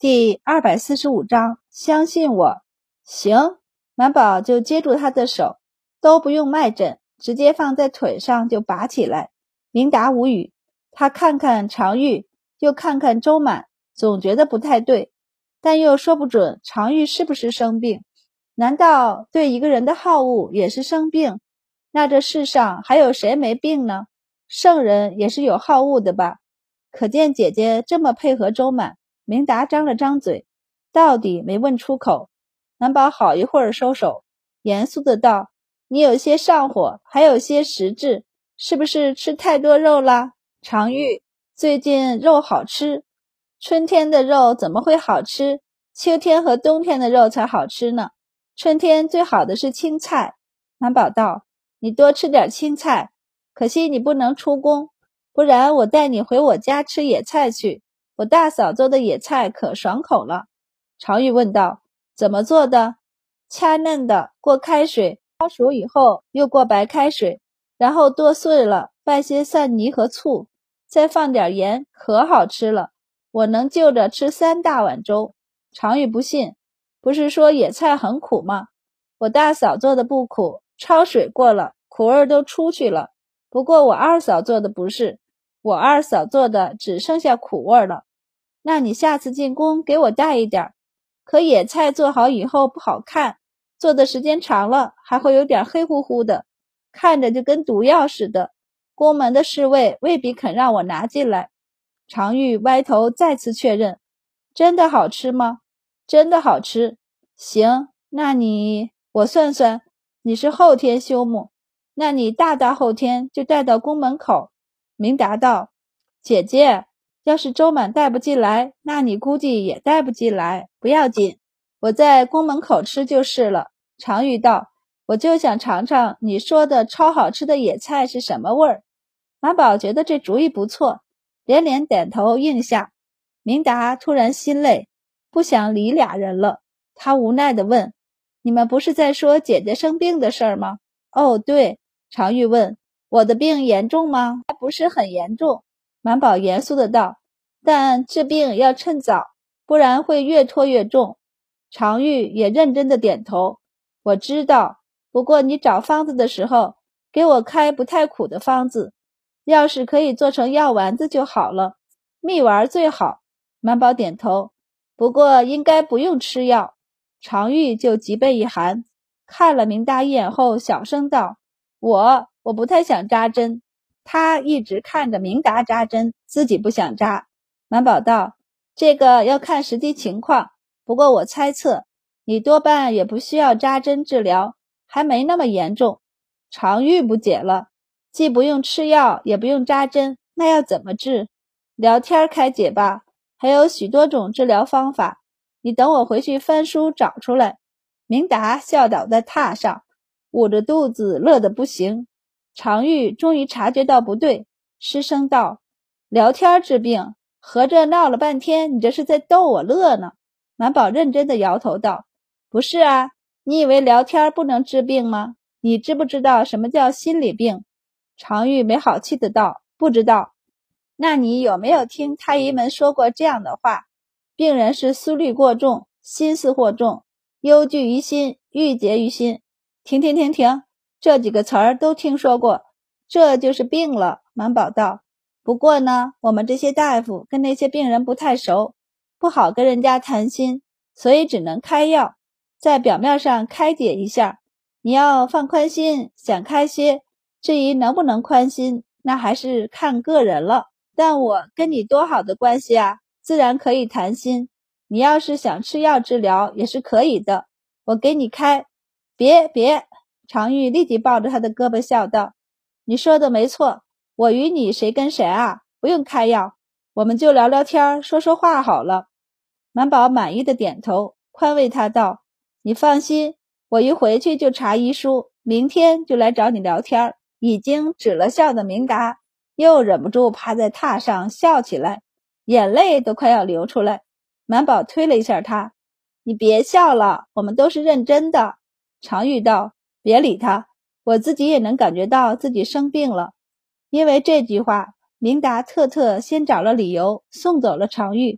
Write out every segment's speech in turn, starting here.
第245章，相信我。行，满宝就接住他的手，都不用脉诊，直接放在腿上就拔起来。明达无语，他看看常玉，又看看周满，总觉得不太对，但又说不准常玉是不是生病。难道对一个人的好恶也是生病？那这世上还有谁没病呢？圣人也是有好恶的吧？可见姐姐这么配合周满，明达张了张嘴，到底没问出口。满宝好一会儿收手，严肃的道：“你有些上火，还有些实质，是不是吃太多肉了？”常玉，最近肉好吃，春天的肉怎么会好吃？秋天和冬天的肉才好吃呢。春天最好的是青菜。满宝道：“你多吃点青菜，可惜你不能出宫，不然我带你回我家吃野菜去。我大嫂做的野菜可爽口了。”常玉问道：“怎么做的？”掐嫩的，过开水，焯熟以后又过白开水，然后剁碎了，拌些蒜泥和醋，再放点盐，可好吃了。我能就着吃3大碗粥。常玉不信：“不是说野菜很苦吗？我大嫂做的不苦，焯水过了，苦味都出去了。不过我二嫂做的不是，我二嫂做的只剩下苦味了。那你下次进宫给我带一点。可野菜做好以后不好看，做的时间长了还会有点黑乎乎的，看着就跟毒药似的。宫门的侍卫未必肯让我拿进来。”常玉歪头再次确认：“真的好吃吗？”“真的好吃。”“行，那我算算，你是后天休沐，那你大后天就带到宫门口。”明达道：“姐姐，要是周满带不进来，那你估计也带不进来，不要紧，我在宫门口吃就是了。”常玉道：“我就想尝尝你说的超好吃的野菜是什么味儿。”满宝觉得这主意不错，连连点头应下。明达突然心累，不想理俩人了，他无奈地问：“你们不是在说姐姐生病的事儿吗？”“哦，对。”常玉问：“我的病严重吗？”“还不是很严重。”满宝严肃的道，“但治病要趁早，不然会越拖越重。”常玉也认真的点头：“我知道，不过你找方子的时候，给我开不太苦的方子，要是可以做成药丸子就好了，蜜丸最好。”满宝点头：“不过应该不用吃药。”常玉就脊背一寒，看了明达一眼后小声道：“我不太想扎针。”他一直看着明达扎针，自己不想扎。满宝道：“这个要看实际情况，不过我猜测你多半也不需要扎针治疗，还没那么严重。”常玉不解了：“既不用吃药，也不用扎针，那要怎么治？”“聊天开解吧，还有许多种治疗方法，你等我回去翻书找出来。”明达笑倒在榻上，捂着肚子乐得不行。常玉终于察觉到不对，失声道：“聊天治病，合着闹了半天，你这是在逗我乐呢？”满宝认真的摇头道：“不是啊，你以为聊天不能治病吗？你知不知道什么叫心理病？”常玉没好气的道：“不知道。”“那你有没有听太医们说过这样的话？病人是思虑过重，心思或重，忧惧于心，郁结于心。”“停，这几个词儿都听说过，这就是病了。”满宝道：“不过呢，我们这些大夫跟那些病人不太熟，不好跟人家谈心，所以只能开药，在表面上开解一下。你要放宽心，想开些，至于能不能宽心，那还是看个人了。但我跟你多好的关系啊，自然可以谈心。你要是想吃药治疗也是可以的，我给你开。”“别！”常玉立即抱着他的胳膊笑道：“你说的没错，我与你谁跟谁啊？不用开药，我们就聊聊天，说说话好了。”满宝满意的点头，宽慰他道：“你放心，我一回去就查医书，明天就来找你聊天。”已经止了笑的明达又忍不住趴在榻上笑起来，眼泪都快要流出来。满宝推了一下他：“你别笑了，我们都是认真的。”常玉道：“别理他，我自己也能感觉到自己生病了。”因为这句话，明达特先找了理由送走了常玉，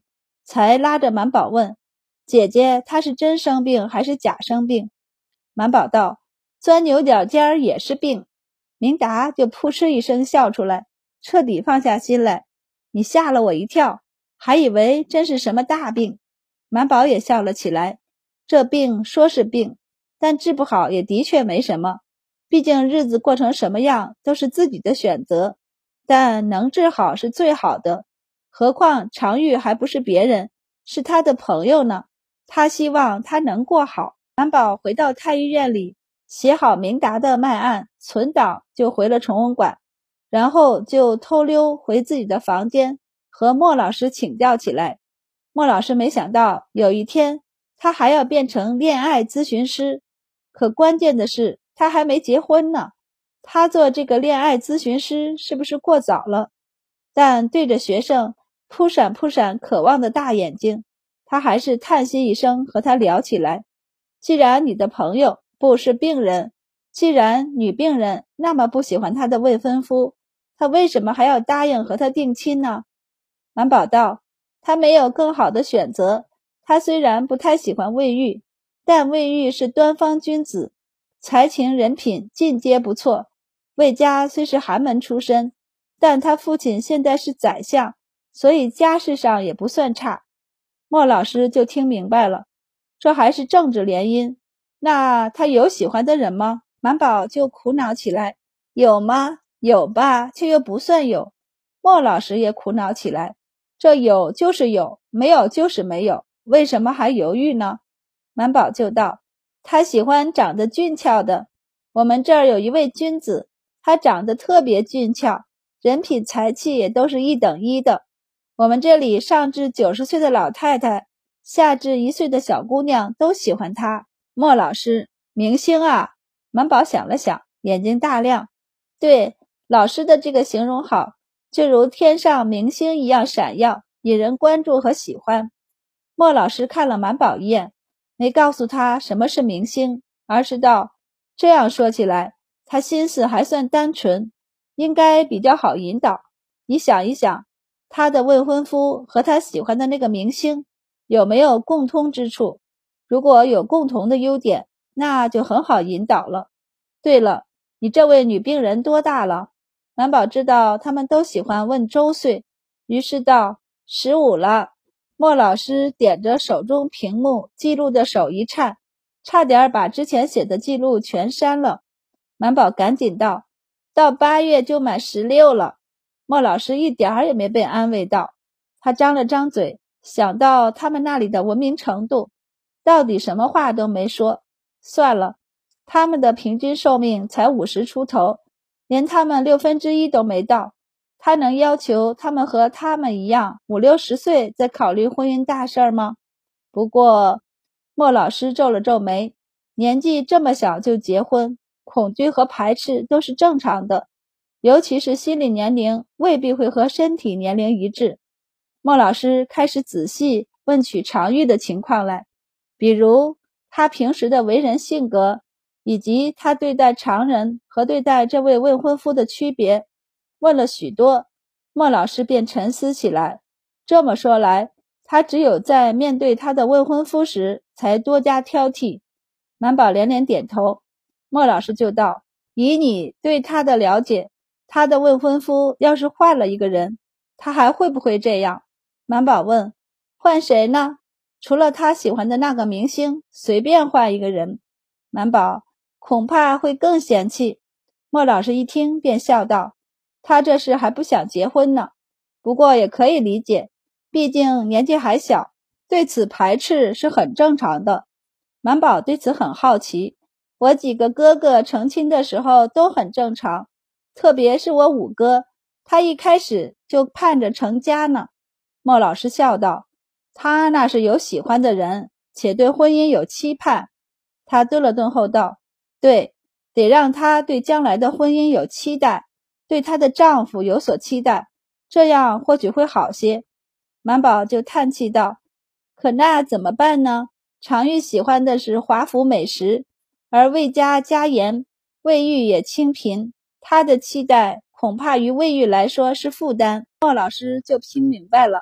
才拉着满宝问：姐姐，她是真生病还是假生病？满宝道：钻牛角尖儿也是病。明达就扑哧一声笑出来，彻底放下心来。你吓了我一跳，还以为真是什么大病。满宝也笑了起来，这病说是病，但治不好也的确没什么，毕竟日子过成什么样都是自己的选择，但能治好是最好的。何况常玉还不是别人，是他的朋友呢，他希望他能过好。满宝回到太医院里，写好明达的脉案，存档就回了崇文馆，然后就偷溜回自己的房间，和莫老师请教起来。莫老师没想到有一天他还要变成恋爱咨询师，可关键的是他还没结婚呢，他做这个恋爱咨询师是不是过早了？但对着学生扑闪扑闪渴望的大眼睛，他还是叹息一声和他聊起来。既然你的朋友不是病人，既然女病人那么不喜欢他的未婚夫，他为什么还要答应和他定亲呢？满宝道：他没有更好的选择，他虽然不太喜欢魏玉，但魏玉是端方君子，才情人品尽皆不错。魏家虽是寒门出身，但他父亲现在是宰相，所以家世上也不算差。莫老师就听明白了，这还是政治联姻。那他有喜欢的人吗？满宝就苦恼起来，有吗？有吧，却又不算有。莫老师也苦恼起来，这有就是有，没有就是没有，为什么还犹豫呢？满宝就道：他喜欢长得俊俏的，我们这儿有一位君子，他长得特别俊俏，人品才气也都是一等一的。我们这里上至90岁的老太太，下至1岁的小姑娘都喜欢他。莫老师，明星啊！满宝想了想，眼睛大亮。对，老师的这个形容好，就如天上明星一样闪耀，引人关注和喜欢。莫老师看了满宝一眼，没告诉他什么是明星，而是道：这样说起来，他心思还算单纯，应该比较好引导。你想一想，他的未婚夫和他喜欢的那个明星有没有共通之处？如果有共同的优点，那就很好引导了。对了，你这位女病人多大了？满宝知道他们都喜欢问周岁，于是道：15了。莫老师点着手中屏幕记录的手一颤，差点把之前写的记录全删了。满宝赶紧道：到8月就满16了。莫老师一点儿也没被安慰到，他张了张嘴，想到他们那里的文明程度，到底什么话都没说。算了，他们的平均寿命才50出头，连他们1/6都没到，他能要求他们和他们一样50、60岁再考虑婚姻大事吗？不过莫老师皱了皱眉，年纪这么小就结婚，恐惧和排斥都是正常的，尤其是心理年龄未必会和身体年龄一致。莫老师开始仔细问取常玉的情况来，比如他平时的为人性格，以及他对待常人和对待这位未婚夫的区别。问了许多，莫老师便沉思起来。这么说来，他只有在面对他的未婚夫时才多加挑剔。满宝连连点头。莫老师就道：以你对他的了解，他的未婚夫要是换了一个人，他还会不会这样？满宝问：换谁呢？除了他喜欢的那个明星，随便换一个人。满宝：恐怕会更嫌弃。莫老师一听便笑道：他这是还不想结婚呢，不过也可以理解，毕竟年纪还小，对此排斥是很正常的。满宝对此很好奇，我几个哥哥成亲的时候都很正常，特别是我五哥，他一开始就盼着成家呢。莫老师笑道：他那是有喜欢的人，且对婚姻有期盼。他顿了顿后道：对，得让他对将来的婚姻有期待，对她的丈夫有所期待，这样或许会好些。满宝就叹气道：可那怎么办呢？常玉喜欢的是华府美食，而魏家家严，魏玉也清贫，他的期待恐怕于魏玉来说是负担。莫老师就听明白了，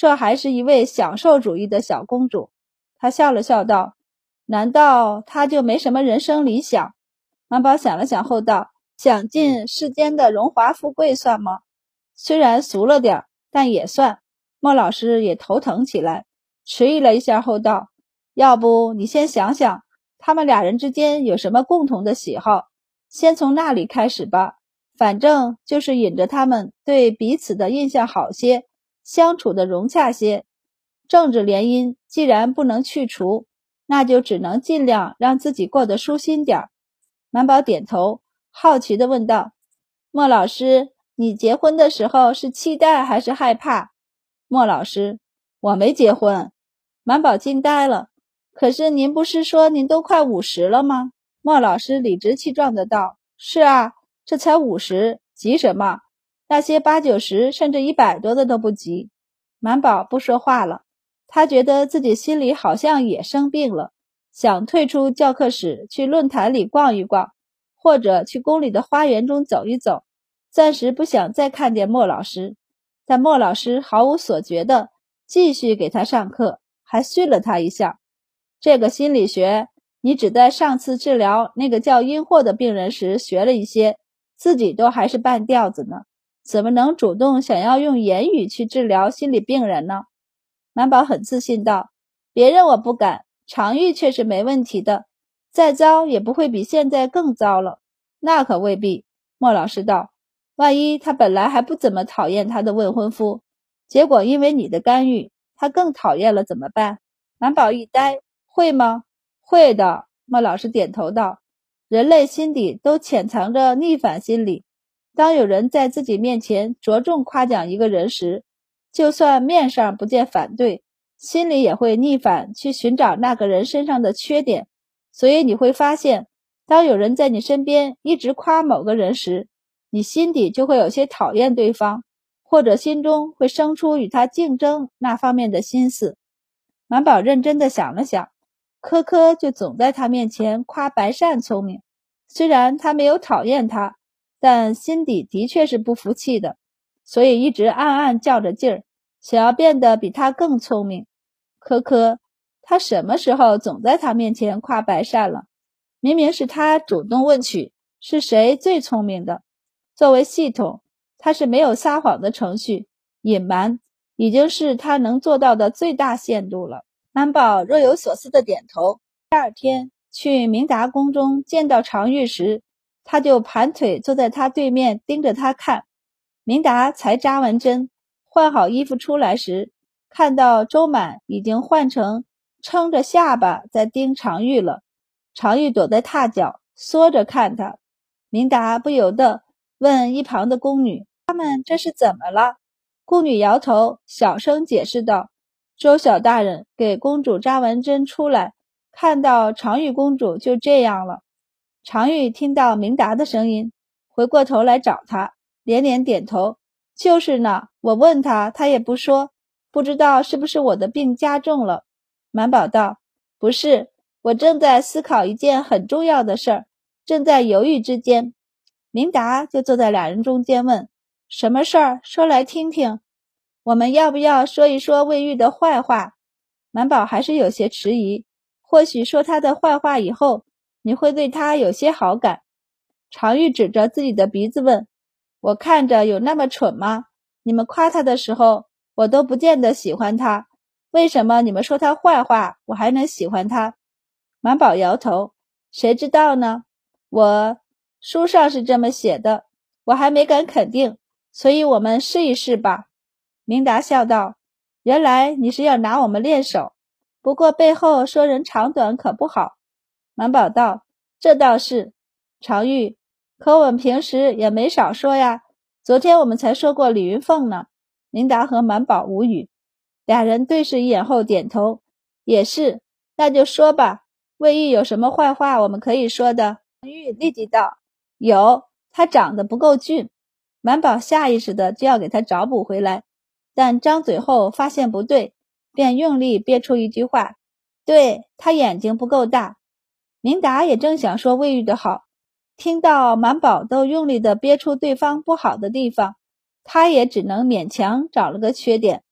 这还是一位享受主义的小公主。她笑了笑道：难道她就没什么人生理想？满宝想了想后道：享尽世间的荣华富贵算吗？虽然俗了点，但也算。莫老师也头疼起来，迟疑了一下后道：要不你先想想他们俩人之间有什么共同的喜好，先从那里开始吧，反正就是引着他们对彼此的印象好些，相处的融洽些。政治联姻既然不能去除，那就只能尽量让自己过得舒心点。满宝点头，好奇地问道：莫老师，你结婚的时候是期待还是害怕？莫老师：我没结婚。满宝惊呆了，可是您不是说您都快50了吗？莫老师理直气壮的道：是啊，这才50，急什么？那些80、90甚至100多的都不急。满宝不说话了，他觉得自己心里好像也生病了，想退出教课室，去论坛里逛一逛，或者去宫里的花园中走一走，暂时不想再看见莫老师。但莫老师毫无所觉地继续给他上课，还训了他一下：这个心理学你只在上次治疗那个叫阴货的病人时学了一些，自己都还是半吊子呢，怎么能主动想要用言语去治疗心理病人呢？满宝很自信道：别人我不敢，常玉却是没问题的，再糟也不会比现在更糟了。那可未必。莫老师道：万一他本来还不怎么讨厌他的未婚夫，结果因为你的干预他更讨厌了怎么办？满宝一呆：会吗？会的。莫老师点头道：人类心底都潜藏着逆反心理，当有人在自己面前着重夸奖一个人时，就算面上不见反对，心里也会逆反去寻找那个人身上的缺点。所以你会发现，当有人在你身边一直夸某个人时，你心底就会有些讨厌对方，或者心中会生出与他竞争那方面的心思。满宝认真地想了想，科科就总在他面前夸白善聪明，虽然他没有讨厌他，但心底的确是不服气的，所以一直暗暗较着劲儿，想要变得比他更聪明。科科，他什么时候总在他面前夸白善了？明明是他主动问取是谁最聪明的。作为系统，它是没有撒谎的程序，隐瞒已经是他能做到的最大限度了。满宝若有所思的点头。第二天去明达宫中见到常玉时，他就盘腿坐在他对面盯着他看。明达才扎完针，换好衣服出来时，看到周满已经换成撑着下巴在盯常玉了。常玉躲在榻角缩着看他，明达不由得问一旁的宫女：他们这是怎么了？宫女摇头，小声解释道：周小大人给公主扎完针出来，看到常玉公主就这样了。常玉听到明达的声音，回过头来找他，连连点头：就是呢，我问他，他也不说，不知道是不是我的病加重了。满宝道：不是，我正在思考一件很重要的事儿，正在犹豫之间。明达就坐在俩人中间问：什么事儿？说来听听。我们要不要说一说魏玉的坏话？满宝还是有些迟疑，或许说他的坏话以后，你会对他有些好感。常玉指着自己的鼻子问：我看着有那么蠢吗？你们夸他的时候，我都不见得喜欢他，为什么你们说他坏话，我还能喜欢他？满宝摇头：谁知道呢？书上是这么写的，我还没敢肯定，所以我们试一试吧。明达笑道：原来你是要拿我们练手，不过背后说人长短可不好。满宝道：这倒是。常玉：可我们平时也没少说呀，昨天我们才说过李云凤呢。明达和满宝无语，俩人对视一眼后点头：也是，那就说吧，魏玉有什么坏话我们可以说的？常玉立即道：有，他长得不够俊。满宝下意识的就要给他找补回来，但张嘴后发现不对，便用力憋出一句话：对，他眼睛不够大。明达也正想说魏玉的好，听到满宝都用力的憋出对方不好的地方，他也只能勉强找了个缺点。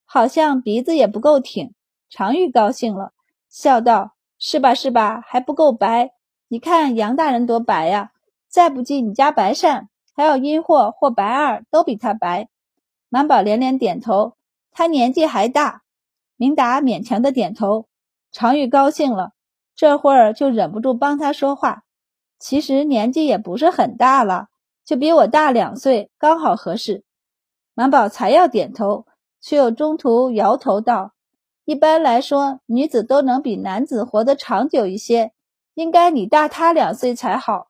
好像鼻子也不够挺。常玉高兴了，笑道：是吧是吧，还不够白，你看杨大人多白呀，再不济你家白善还有阴货或白二都比他白。满宝连连点头，他年纪还大。明达勉强的点头。常玉高兴了，这会儿就忍不住帮他说话，其实年纪也不是很大了，就比我大2岁，刚好合适。满宝才要点头，却又中途摇头道：一般来说，女子都能比男子活得长久一些，应该你大他2岁才好。